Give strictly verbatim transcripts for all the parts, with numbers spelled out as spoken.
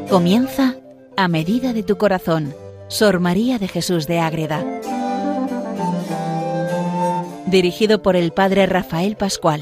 Comienza A Medida de tu Corazón, Sor María de Jesús de Ágreda. Dirigido por el Padre Rafael Pascual.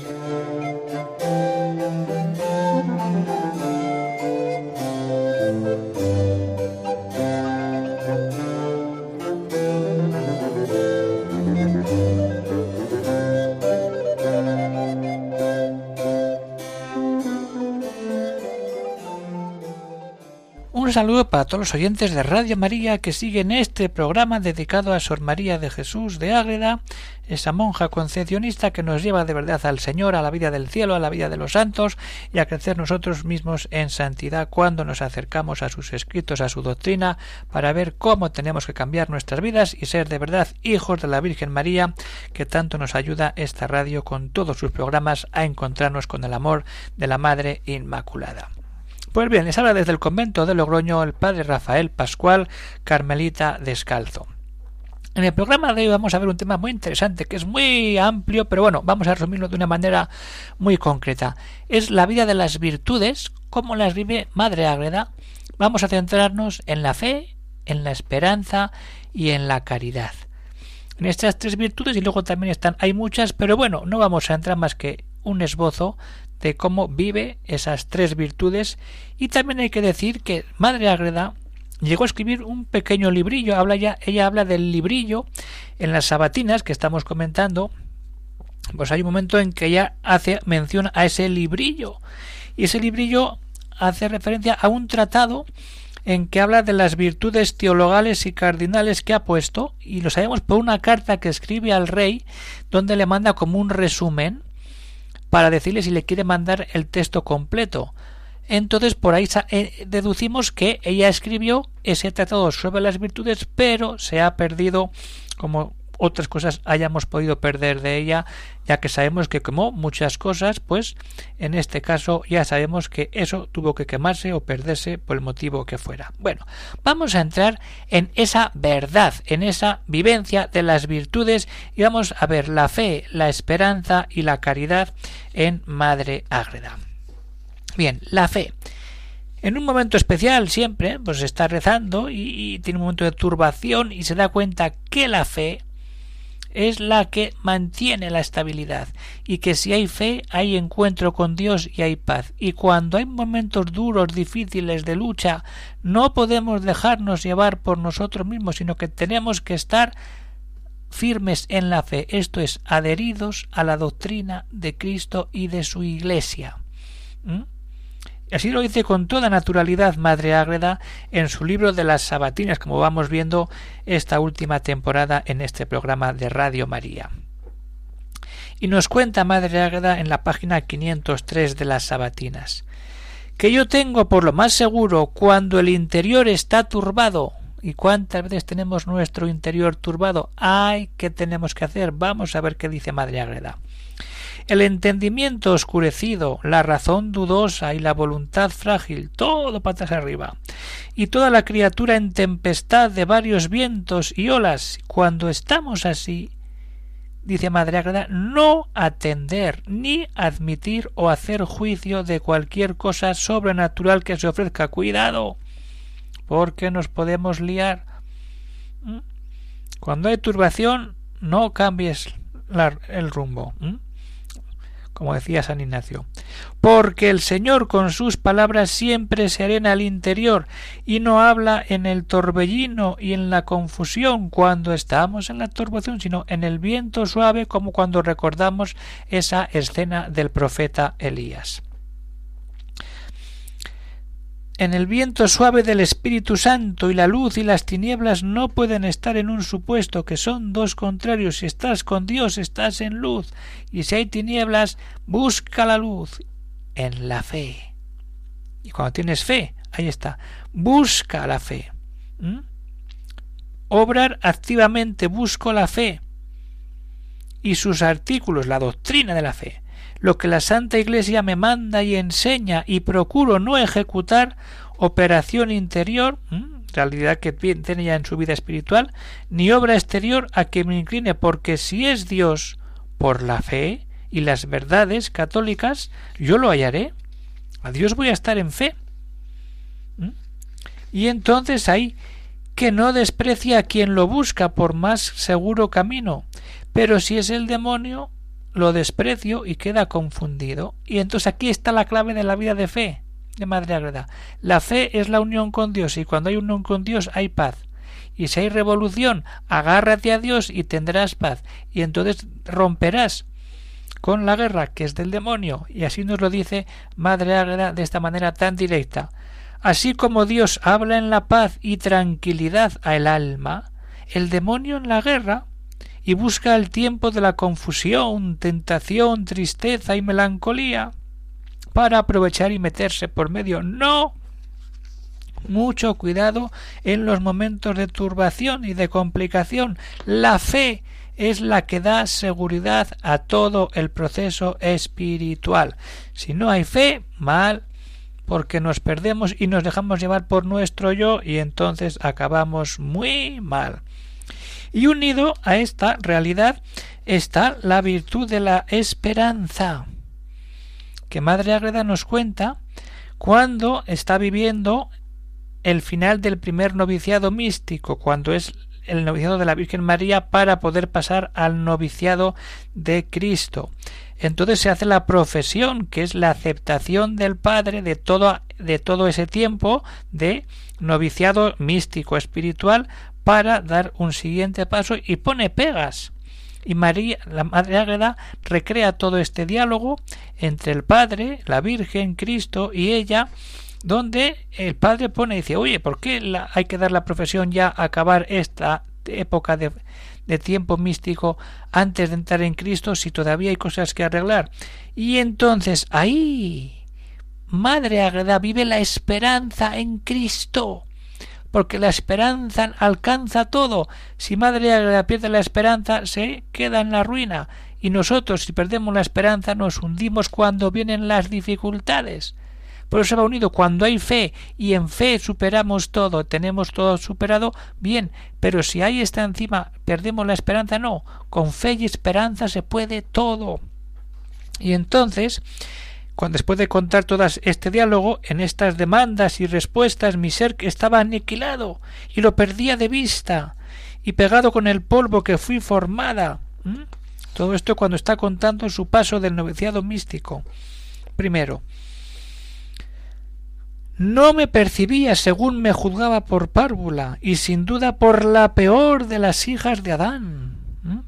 Un saludo para todos los oyentes de Radio María que siguen este programa dedicado a Sor María de Jesús de Ágreda, esa monja concepcionista que nos lleva de verdad al Señor, a la vida del cielo, a la vida de los santos y a crecer nosotros mismos en santidad cuando nos acercamos a sus escritos, a su doctrina, para ver cómo tenemos que cambiar nuestras vidas y ser de verdad hijos de la Virgen María, que tanto nos ayuda esta radio con todos sus programas a encontrarnos con el amor de la Madre Inmaculada. Pues bien, les habla desde el convento de Logroño el Padre Rafael Pascual, carmelita descalzo. En el programa de hoy vamos a ver un tema muy interesante, que es muy amplio, pero bueno, vamos a resumirlo de una manera muy concreta. Es la vida de las virtudes, cómo las vive Madre Ágreda. Vamos a centrarnos en la fe, en la esperanza y en la caridad. En estas tres virtudes, y luego también están, hay muchas, pero bueno, no vamos a entrar más que un esbozo de cómo vive esas tres virtudes. Y también hay que decir que Madre Ágreda llegó a escribir un pequeño librillo, habla ya, ella habla del librillo en las sabatinas que estamos comentando. Pues hay un momento en que ella hace mención a ese librillo, y ese librillo hace referencia a un tratado en que habla de las virtudes teologales y cardinales que ha puesto, y lo sabemos por una carta que escribe al rey, donde le manda como un resumen para decirle si le quiere mandar el texto completo. Entonces por ahí deducimos que ella escribió ese tratado sobre las virtudes, pero se ha perdido, como otras cosas hayamos podido perder de ella, ya que sabemos que como muchas cosas, pues en este caso ya sabemos que eso tuvo que quemarse o perderse por el motivo que fuera. Bueno, vamos a entrar en esa verdad, en esa vivencia de las virtudes, y vamos a ver la fe, la esperanza y la caridad en Madre Ágreda. Bien, la fe. En un momento especial siempre, pues está rezando y, y tiene un momento de turbación y se da cuenta que la fe es la que mantiene la estabilidad, y que si hay fe hay encuentro con Dios y hay paz. Y cuando hay momentos duros, difíciles de lucha, no podemos dejarnos llevar por nosotros mismos, sino que tenemos que estar firmes en la fe, esto es, adheridos a la doctrina de Cristo y de su Iglesia. ¿Mm? Así lo dice con toda naturalidad Madre Ágreda en su libro de las sabatinas, como vamos viendo esta última temporada en este programa de Radio María. Y nos cuenta Madre Ágreda en la página quinientos tres de las sabatinas: que yo tengo por lo más seguro cuando el interior está turbado. ¿Y cuántas veces tenemos nuestro interior turbado? ¡Ay! ¿Qué tenemos que hacer? Vamos a ver qué dice Madre Ágreda. El entendimiento oscurecido, la razón dudosa y la voluntad frágil, todo patas arriba, y toda la criatura en tempestad de varios vientos y olas. Cuando estamos así, dice Madre Ágreda, no atender ni admitir o hacer juicio de cualquier cosa sobrenatural que se ofrezca. Cuidado, porque nos podemos liar. Cuando hay turbación, no cambies la, el rumbo. ¿Mm? Como decía San Ignacio, porque el Señor con sus palabras siempre serena al interior y no habla en el torbellino y en la confusión cuando estamos en la turbación, sino en el viento suave, como cuando recordamos esa escena del profeta Elías. En el viento suave del Espíritu Santo, y la luz y las tinieblas no pueden estar en un supuesto, que son dos contrarios. Si estás con Dios, estás en luz, y si hay tinieblas, busca la luz en la fe. Y cuando tienes fe, ahí está, busca la fe. ¿Mm? Obrar activamente, busco la fe y sus artículos, la doctrina de la fe, lo que la Santa Iglesia me manda y enseña, y procuro no ejecutar operación interior, ¿m? realidad que tiene ya en su vida espiritual, ni obra exterior a que me incline, porque si es Dios por la fe y las verdades católicas, yo lo hallaré. A Dios voy a estar en fe. ¿Mm? Y entonces ahí, que no desprecia a quien lo busca por más seguro camino, pero si es el demonio, lo desprecio y queda confundido. Y entonces aquí está la clave de la vida de fe de Madre Ágreda. La fe es la unión con Dios, y cuando hay unión con Dios hay paz. Y si hay revolución, agárrate a Dios y tendrás paz. Y entonces romperás con la guerra, que es del demonio. Y así nos lo dice Madre Ágreda de esta manera tan directa. Así como Dios habla en la paz y tranquilidad al alma, el demonio en la guerra, y busca el tiempo de la confusión, tentación, tristeza y melancolía para aprovechar y meterse por medio. ¡No! Mucho cuidado en los momentos de turbación y de complicación. La fe es la que da seguridad a todo el proceso espiritual. Si no hay fe, mal, porque nos perdemos y nos dejamos llevar por nuestro yo, y entonces acabamos muy mal. Y unido a esta realidad está la virtud de la esperanza, que Madre Ágreda nos cuenta cuando está viviendo el final del primer noviciado místico, cuando es el noviciado de la Virgen María para poder pasar al noviciado de Cristo. Entonces se hace la profesión, que es la aceptación del Padre de todo, de todo ese tiempo de noviciado místico espiritual, para dar un siguiente paso, y pone pegas. Y María, la Madre Ágreda, recrea todo este diálogo entre el Padre, la Virgen, Cristo y ella, donde el Padre pone y dice, oye, ¿por qué la, hay que dar la profesión ya a acabar esta época de, de tiempo místico antes de entrar en Cristo, si todavía hay cosas que arreglar? Y entonces ahí Madre Ágreda vive la esperanza en Cristo, porque la esperanza alcanza todo. Si Madre Ágreda pierde la esperanza, se queda en la ruina, y nosotros, si perdemos la esperanza, nos hundimos cuando vienen las dificultades. Por eso va unido. Cuando hay fe y en fe superamos todo, tenemos todo superado, bien, pero si ahí está encima, perdemos la esperanza, no. Con fe y esperanza se puede todo. Y entonces, cuando después de contar todo este diálogo, en estas demandas y respuestas, mi ser estaba aniquilado y lo perdía de vista, y pegado con el polvo que fui formada. ¿Mm? Todo esto cuando está contando su paso del noviciado místico. Primero, no me percibía según me juzgaba por párvula, y sin duda por la peor de las hijas de Adán. ¿Mm?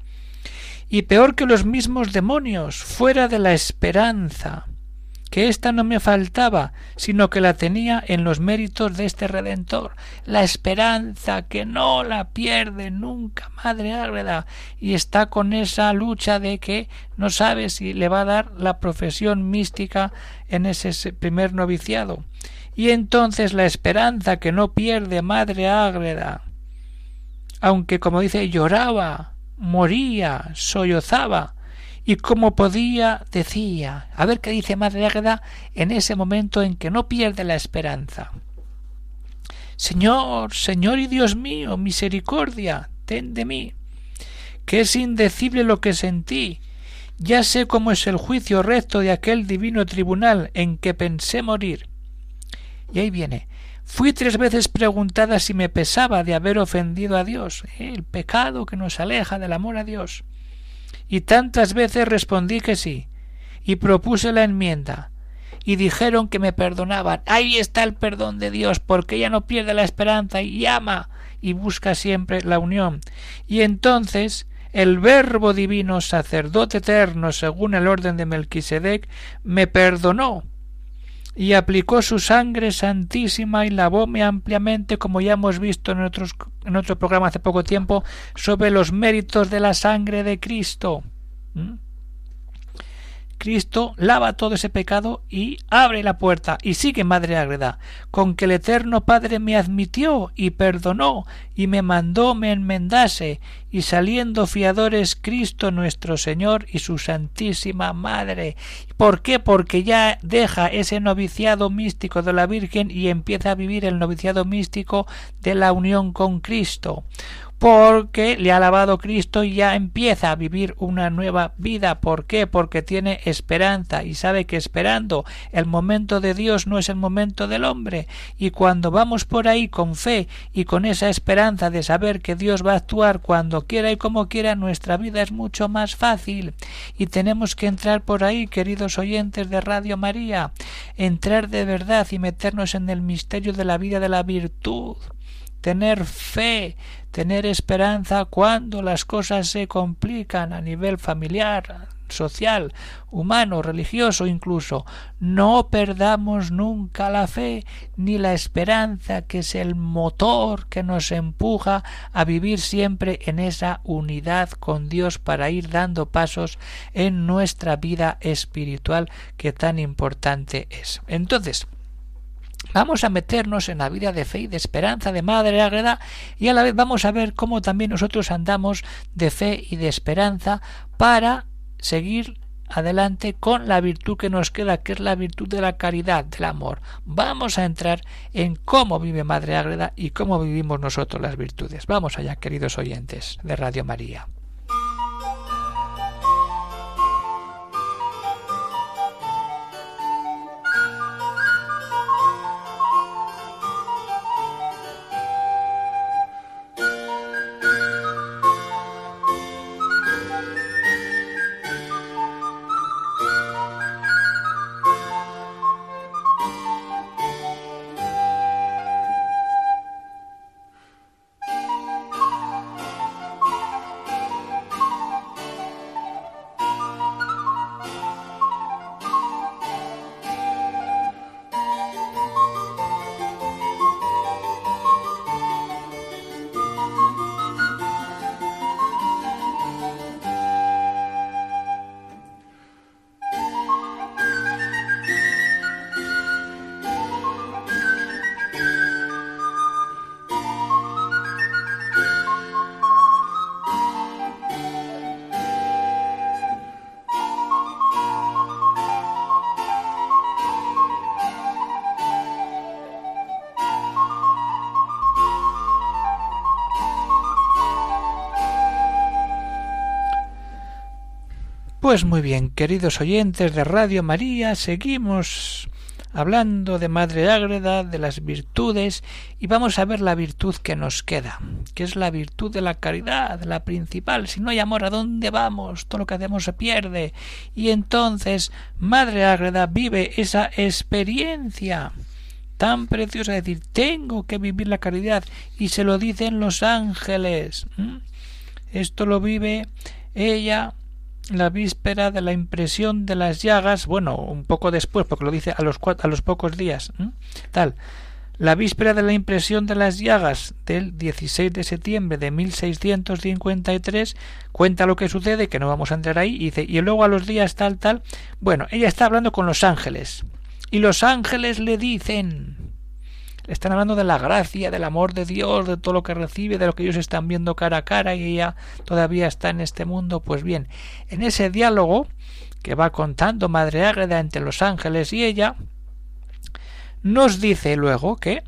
Y peor que los mismos demonios, fuera de la esperanza, que ésta no me faltaba, sino que la tenía en los méritos de este Redentor. La esperanza, que no la pierde nunca Madre Ágreda, y está con esa lucha de que no sabe si le va a dar la profesión mística en ese primer noviciado. Y entonces la esperanza que no pierde Madre Ágreda, aunque, como dice, lloraba, moría, sollozaba, y como podía decía. A ver qué dice Madre Ágreda en ese momento en que no pierde la esperanza. Señor, Señor y Dios mío, misericordia, ten de mí, que es indecible lo que sentí. Ya sé cómo es el juicio recto de aquel divino tribunal en que pensé morir. Y ahí viene. Fui tres veces preguntada si me pesaba de haber ofendido a Dios, ¿eh? El pecado que nos aleja del amor a Dios. Y tantas veces respondí que sí, y propuse la enmienda, y dijeron que me perdonaban. Ahí está el perdón de Dios, porque ella no pierde la esperanza y ama y busca siempre la unión. Y entonces el Verbo divino, sacerdote eterno según el orden de Melquisedec, me perdonó y aplicó su sangre santísima y lavóme ampliamente, como ya hemos visto en, otros, en otro programa hace poco tiempo, sobre los méritos de la sangre de Cristo. ¿Mm? Cristo lava todo ese pecado y abre la puerta. Y sigue Madre Ágreda, con que el Eterno Padre me admitió y perdonó y me mandó me enmendase, y saliendo fiadores Cristo nuestro Señor y su Santísima Madre. ¿Por qué? Porque ya deja ese noviciado místico de la Virgen y empieza a vivir el noviciado místico de la unión con Cristo. porque le ha lavado Cristo y ya empieza a vivir una nueva vida. ¿Por qué? Porque tiene esperanza y sabe que esperando el momento de Dios no es el momento del hombre. Y cuando vamos por ahí con fe y con esa esperanza de saber que Dios va a actuar cuando quiera y como quiera, nuestra vida es mucho más fácil. Y tenemos que entrar por ahí, queridos oyentes de Radio María, entrar de verdad y meternos en el misterio de la vida de la virtud. Tener fe, tener esperanza cuando las cosas se complican a nivel familiar, social, humano, religioso incluso. No perdamos nunca la fe ni la esperanza, que es el motor que nos empuja a vivir siempre en esa unidad con Dios para ir dando pasos en nuestra vida espiritual, que tan importante es. Entonces, vamos a meternos en la vida de fe y de esperanza de Madre Ágreda, y a la vez vamos a ver cómo también nosotros andamos de fe y de esperanza para seguir adelante con la virtud que nos queda, que es la virtud de la caridad, del amor. Vamos a entrar en cómo vive Madre Ágreda y cómo vivimos nosotros las virtudes. Vamos allá, queridos oyentes de Radio María. Pues muy bien, queridos oyentes de Radio María, seguimos hablando de Madre Ágreda, de las virtudes, y vamos a ver la virtud que nos queda, que es la virtud de la caridad, la principal. Si no hay amor, ¿a dónde vamos? Todo lo que hacemos se pierde. Y entonces Madre Ágreda vive esa experiencia tan preciosa, es decir, tengo que vivir la caridad, y se lo dicen los ángeles. ¿Mm? Esto lo vive ella la víspera de la impresión de las llagas, bueno, un poco después, porque lo dice a los cuatro, a los pocos días, ¿eh? tal, la víspera de la impresión de las llagas del dieciséis de septiembre de mil seiscientos cincuenta y tres, cuenta lo que sucede, que no vamos a entrar ahí, y dice, y luego a los días tal, tal, bueno, ella está hablando con los ángeles, y los ángeles le dicen, le están hablando de la gracia, del amor de Dios, de todo lo que recibe, de lo que ellos están viendo cara a cara, y ella todavía está en este mundo. Pues bien, en ese diálogo que va contando Madre Ágreda entre los ángeles y ella, nos dice luego que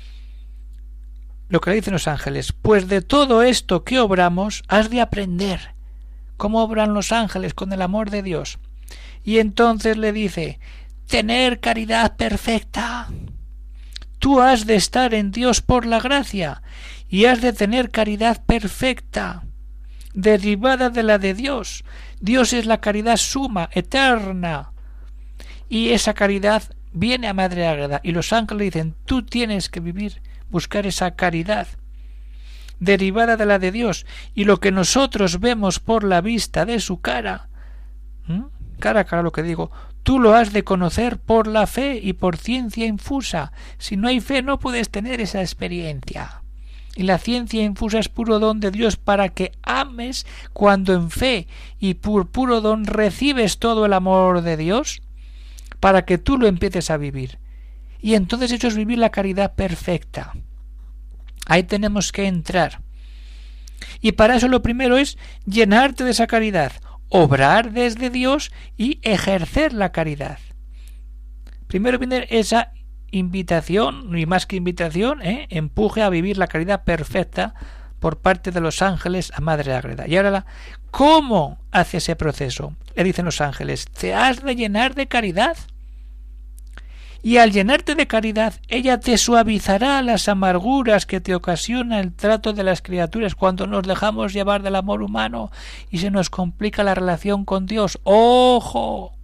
lo que le dicen los ángeles, pues de todo esto que obramos has de aprender cómo obran los ángeles con el amor de Dios. Y entonces le dice, tener caridad perfecta. Tú has de estar en Dios por la gracia y has de tener caridad perfecta, derivada de la de Dios. Dios es la caridad suma, eterna, y esa caridad viene a Madre Ágreda, y los ángeles dicen, tú tienes que vivir, buscar esa caridad derivada de la de Dios, y lo que nosotros vemos por la vista de su cara, ¿m? cara a cara lo que digo, tú lo has de conocer por la fe y por ciencia infusa. Si no hay fe no puedes tener esa experiencia. Y la ciencia infusa es puro don de Dios para que ames cuando en fe y por puro don recibes todo el amor de Dios, para que tú lo empieces a vivir. Y entonces eso es vivir la caridad perfecta. Ahí tenemos que entrar. Y para eso lo primero es llenarte de esa caridad, obrar desde Dios y ejercer la caridad. Primero viene esa invitación, y más que invitación, ¿eh? empuje a vivir la caridad perfecta por parte de los ángeles a Madre Ágreda. Y ahora, ¿cómo hace ese proceso? Le dicen los ángeles, te has de llenar de caridad. Y al llenarte de caridad, ella te suavizará las amarguras que te ocasiona el trato de las criaturas cuando nos dejamos llevar del amor humano y se nos complica la relación con Dios. ¡Ojo!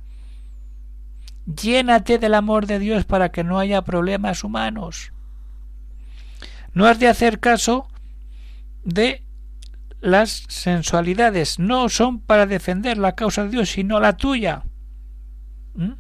Llénate del amor de Dios para que no haya problemas humanos. No has de hacer caso de las sensualidades. No son para defender la causa de Dios, sino la tuya. ¿Mm?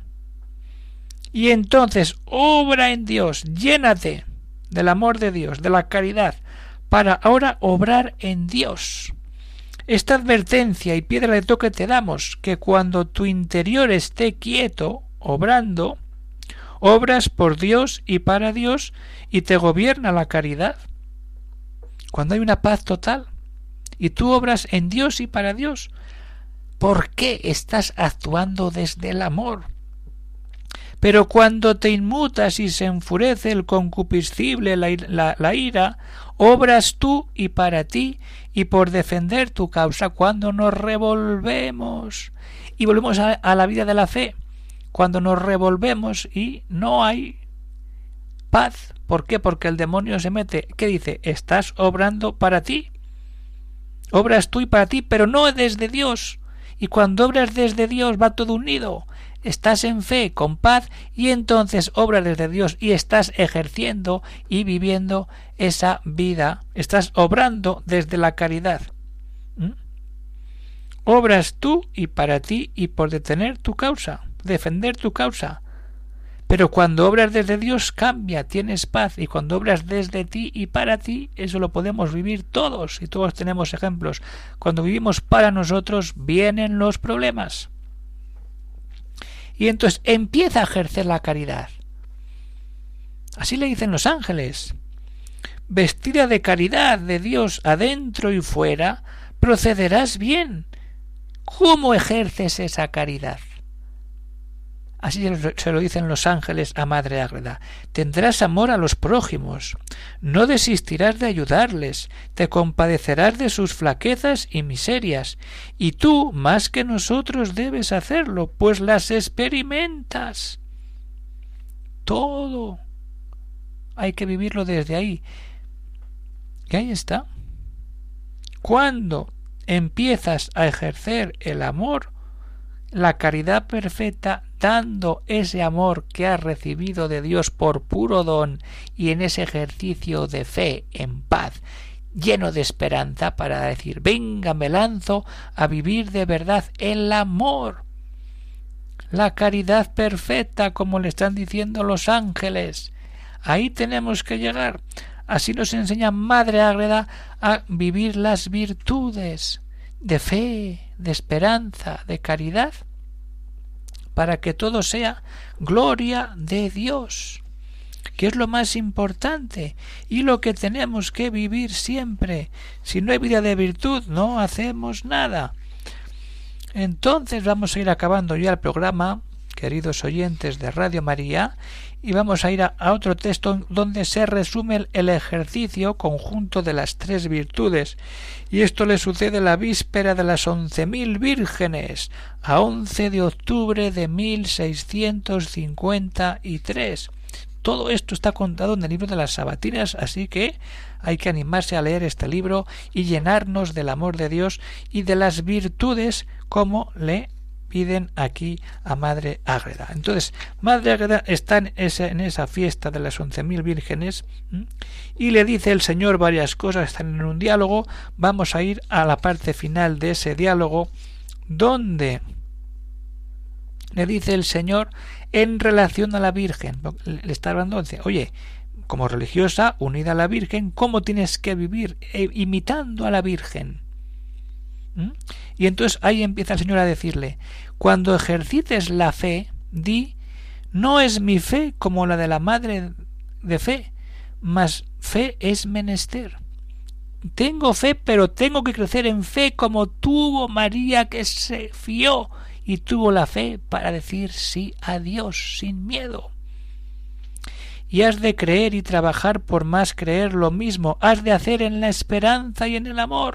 Y entonces, obra en Dios, llénate del amor de Dios, de la caridad, para ahora obrar en Dios. Esta advertencia y piedra de toque te damos, que cuando tu interior esté quieto, obrando, obras por Dios y para Dios, y te gobierna la caridad. Cuando hay una paz total, y tú obras en Dios y para Dios, ¿por qué estás actuando desde el amor? Pero cuando te inmutas y se enfurece el concupiscible, la, la, la ira, obras tú y para ti y por defender tu causa. Cuando nos revolvemos y volvemos a, a la vida de la fe, cuando nos revolvemos y no hay paz. ¿Por qué? Porque el demonio se mete. ¿Qué dice? Estás obrando para ti. Obras tú y para ti, pero no desde Dios. Y cuando obras desde Dios va todo unido. Estás en fe, con paz, y entonces obras desde Dios y estás ejerciendo y viviendo esa vida. Estás obrando desde la caridad. ¿Mm? Obras tú y para ti y por detener tu causa, defender tu causa. Pero cuando obras desde Dios cambia, tienes paz, y cuando obras desde ti y para ti, eso lo podemos vivir todos, y todos tenemos ejemplos. Cuando vivimos para nosotros, vienen los problemas. Y entonces empieza a ejercer la caridad. Así le dicen los ángeles. Vestida de caridad de Dios adentro y fuera, procederás bien. ¿Cómo ejerces esa caridad? Así se lo dicen los ángeles a Madre Ágreda. Tendrás amor a los prójimos, no desistirás de ayudarles, te compadecerás de sus flaquezas y miserias, y tú, más que nosotros, debes hacerlo, pues las experimentas. Todo hay que vivirlo desde ahí. Y ahí está. Cuando empiezas a ejercer el amor, la caridad perfecta, dando ese amor que has recibido de Dios por puro don y en ese ejercicio de fe, en paz, lleno de esperanza para decir, venga, me lanzo a vivir de verdad el amor. La caridad perfecta, como le están diciendo los ángeles. Ahí tenemos que llegar. Así nos enseña Madre Ágreda a vivir las virtudes de fe, de esperanza, de caridad, para que todo sea gloria de Dios, que es lo más importante y lo que tenemos que vivir siempre. Si no hay vida de virtud, no hacemos nada. Entonces vamos a ir acabando ya el programa, queridos oyentes de Radio María, y vamos a ir a, a otro texto donde se resume el ejercicio conjunto de las tres virtudes. Y esto le sucede la víspera de las once mil vírgenes, a once de octubre de mil seiscientos cincuenta y tres. Todo esto está contado en el libro de las Sabatinas, así que hay que animarse a leer este libro y llenarnos del amor de Dios y de las virtudes como le piden aquí a Madre Ágreda. Entonces, Madre Ágreda está en esa, en esa fiesta de las once mil vírgenes, ¿m? y le dice el Señor varias cosas, están en un diálogo. Vamos a ir a la parte final de ese diálogo, donde le dice el Señor en relación a la Virgen. Le está hablando, dice, oye, como religiosa, unida a la Virgen, ¿cómo tienes que vivir? Eh, imitando a la Virgen. ¿Mm? Y entonces ahí empieza el Señor a decirle, cuando ejercites la fe, di, no es mi fe como la de la madre de fe, mas fe es menester. Tengo fe, pero tengo que crecer en fe como tuvo María, que se fió y tuvo la fe para decir sí a Dios sin miedo. y has de creer y trabajar por más creer lo mismo, has de hacer en la esperanza y en el amor.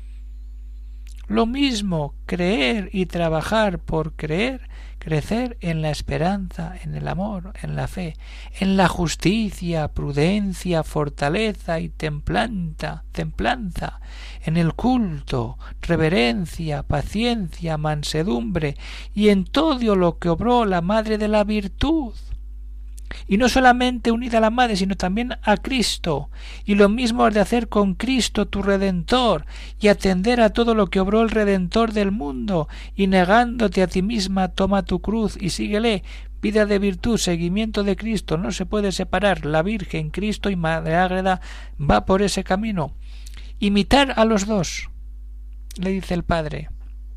Lo mismo, creer y trabajar por creer, crecer en la esperanza, en el amor, en la fe, en la justicia, prudencia, fortaleza y templanza, templanza, en el culto, reverencia, paciencia, mansedumbre y en todo lo que obró la Madre de la Virtud. Y no solamente unida a la Madre, sino también a Cristo. Y lo mismo has de hacer con Cristo, tu Redentor, y atender a todo lo que obró el Redentor del mundo, y negándote a ti misma, toma tu cruz y síguele. Vida de virtud, seguimiento de Cristo, no se puede separar. La Virgen, Cristo y Madre Ágreda va por ese camino. Imitar a los dos, le dice el Padre.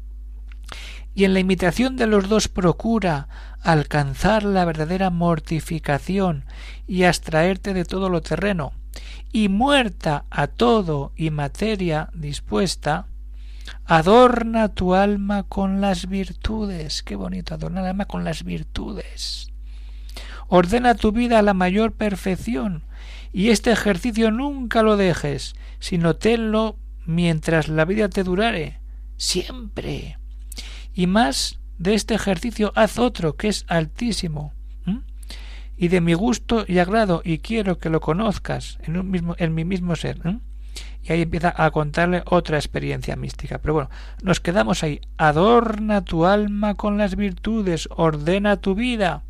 Y en la imitación de los dos procura alcanzar la verdadera mortificación y abstraerte de todo lo terreno, y muerta a todo y materia dispuesta, adorna tu alma con las virtudes. Qué bonito, adornar el alma con las virtudes. Ordena tu vida a la mayor perfección, y este ejercicio nunca lo dejes, sino tenlo mientras la vida te durare, siempre. Y más de este ejercicio haz otro que es altísimo, ¿Mm? y de mi gusto y agrado, y quiero que lo conozcas en un mismo, en mi mismo ser. ¿eh? Y ahí empieza a contarle otra experiencia mística. Pero bueno, nos quedamos ahí. Adorna tu alma con las virtudes, ordena tu vida.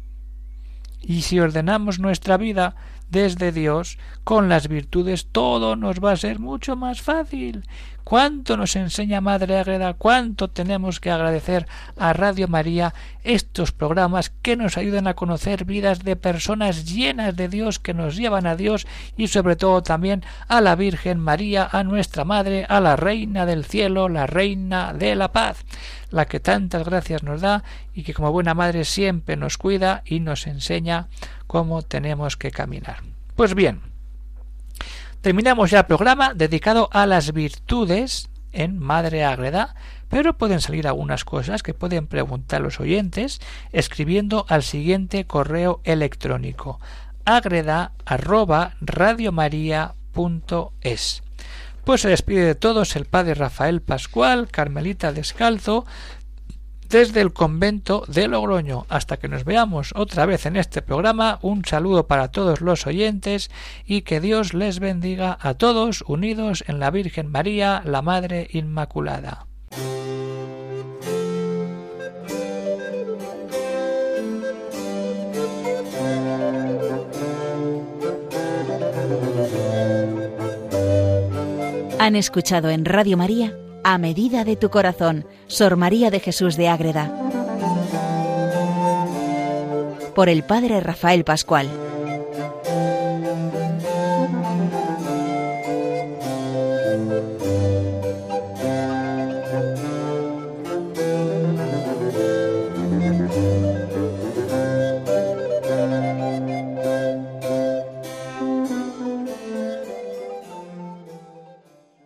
Y si ordenamos nuestra vida desde Dios, con las virtudes, todo nos va a ser mucho más fácil. Cuánto nos enseña Madre Ágreda, cuánto tenemos que agradecer a Radio María estos programas que nos ayudan a conocer vidas de personas llenas de Dios, que nos llevan a Dios, y sobre todo también a la Virgen María, a nuestra Madre, a la Reina del Cielo, la Reina de la Paz, la que tantas gracias nos da y que como buena madre siempre nos cuida y nos enseña cómo tenemos que caminar. Pues bien, terminamos ya el programa dedicado a las virtudes en Madre Ágreda, pero pueden salir algunas cosas que pueden preguntar los oyentes escribiendo al siguiente correo electrónico: ágreda arroba radiomaria punto es. Pues se despide de todos el Padre Rafael Pascual, Carmelita Descalzo, desde el convento de Logroño. Hasta que nos veamos otra vez en este programa, un saludo para todos los oyentes y que Dios les bendiga a todos, unidos en la Virgen María, la Madre Inmaculada. Han escuchado en Radio María A Medida de tu Corazón, Sor María de Jesús de Ágreda, por el Padre Rafael Pascual.